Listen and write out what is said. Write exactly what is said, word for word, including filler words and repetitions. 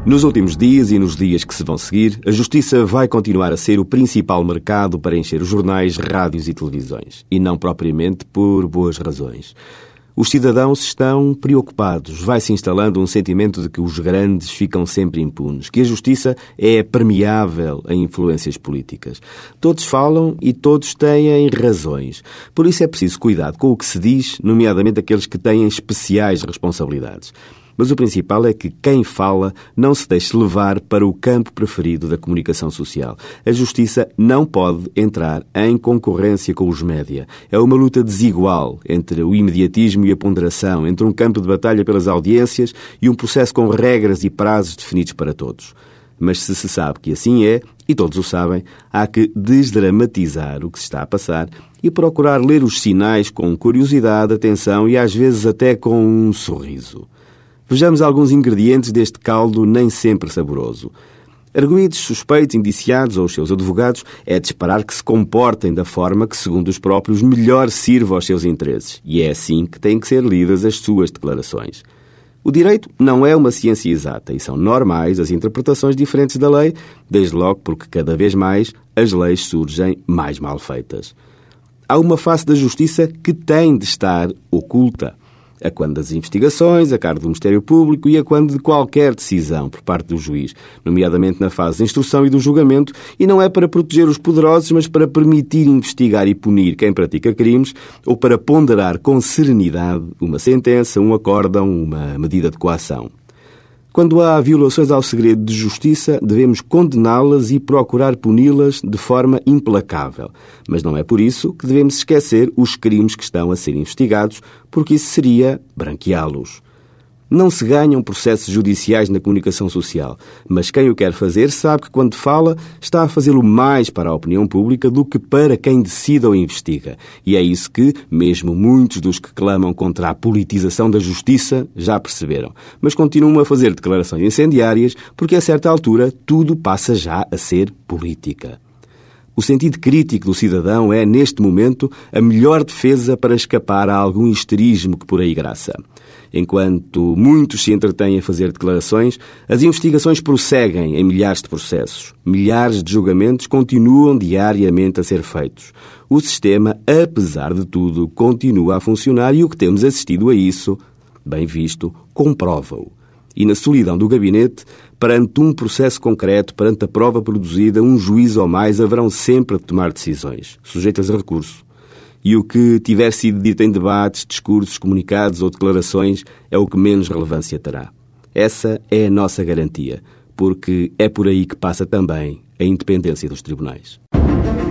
Nos últimos dias e nos dias que se vão seguir, a Justiça vai continuar a ser o principal mercado para encher os jornais, rádios e televisões. E não propriamente por boas razões. Os cidadãos estão preocupados. Vai-se instalando um sentimento de que os grandes ficam sempre impunes, que a Justiça é permeável a influências políticas. Todos falam e todos têm razões. Por isso é preciso cuidado com o que se diz, nomeadamente aqueles que têm especiais responsabilidades. Mas o principal é que quem fala não se deixe levar para o campo preferido da comunicação social. A Justiça não pode entrar em concorrência com os média. É uma luta desigual entre o imediatismo e a ponderação, entre um campo de batalha pelas audiências e um processo com regras e prazos definidos para todos. Mas se se sabe que assim é, e todos o sabem, há que desdramatizar o que se está a passar e procurar ler os sinais com curiosidade, atenção e às vezes até com um sorriso. Vejamos alguns ingredientes deste caldo nem sempre saboroso. Arguidos, suspeitos, indiciados ou os seus advogados, é de esperar que se comportem da forma que, segundo os próprios, melhor sirva aos seus interesses. E é assim que têm que ser lidas as suas declarações. O direito não é uma ciência exata e são normais as interpretações diferentes da lei, desde logo porque cada vez mais as leis surgem mais mal feitas. Há uma face da justiça que tem de estar oculta. A quando das investigações, a cargo do Ministério Público e a quando de qualquer decisão por parte do juiz, nomeadamente na fase de instrução e do julgamento, e não é para proteger os poderosos, mas para permitir investigar e punir quem pratica crimes ou para ponderar com serenidade uma sentença, um acórdão, uma medida de coação. Quando há violações ao segredo de justiça, devemos condená-las e procurar puni-las de forma implacável. Mas não é por isso que devemos esquecer os crimes que estão a ser investigados, porque isso seria branqueá-los. Não se ganham processos judiciais na comunicação social, mas quem o quer fazer sabe que quando fala está a fazê-lo mais para a opinião pública do que para quem decide ou investiga. E é isso que, mesmo muitos dos que clamam contra a politização da justiça, já perceberam. Mas continuam a fazer declarações incendiárias porque, a certa altura, tudo passa já a ser política. O sentido crítico do cidadão é, neste momento, a melhor defesa para escapar a algum histerismo que por aí graça. Enquanto muitos se entretêm a fazer declarações, as investigações prosseguem em milhares de processos. Milhares de julgamentos continuam diariamente a ser feitos. O sistema, apesar de tudo, continua a funcionar e o que temos assistido a isso, bem visto, comprova-o. E na solidão do gabinete, perante um processo concreto, perante a prova produzida, um juiz ou mais haverão sempre de tomar decisões, sujeitas a recurso. E o que tiver sido dito em debates, discursos, comunicados ou declarações é o que menos relevância terá. Essa é a nossa garantia, porque é por aí que passa também a independência dos tribunais.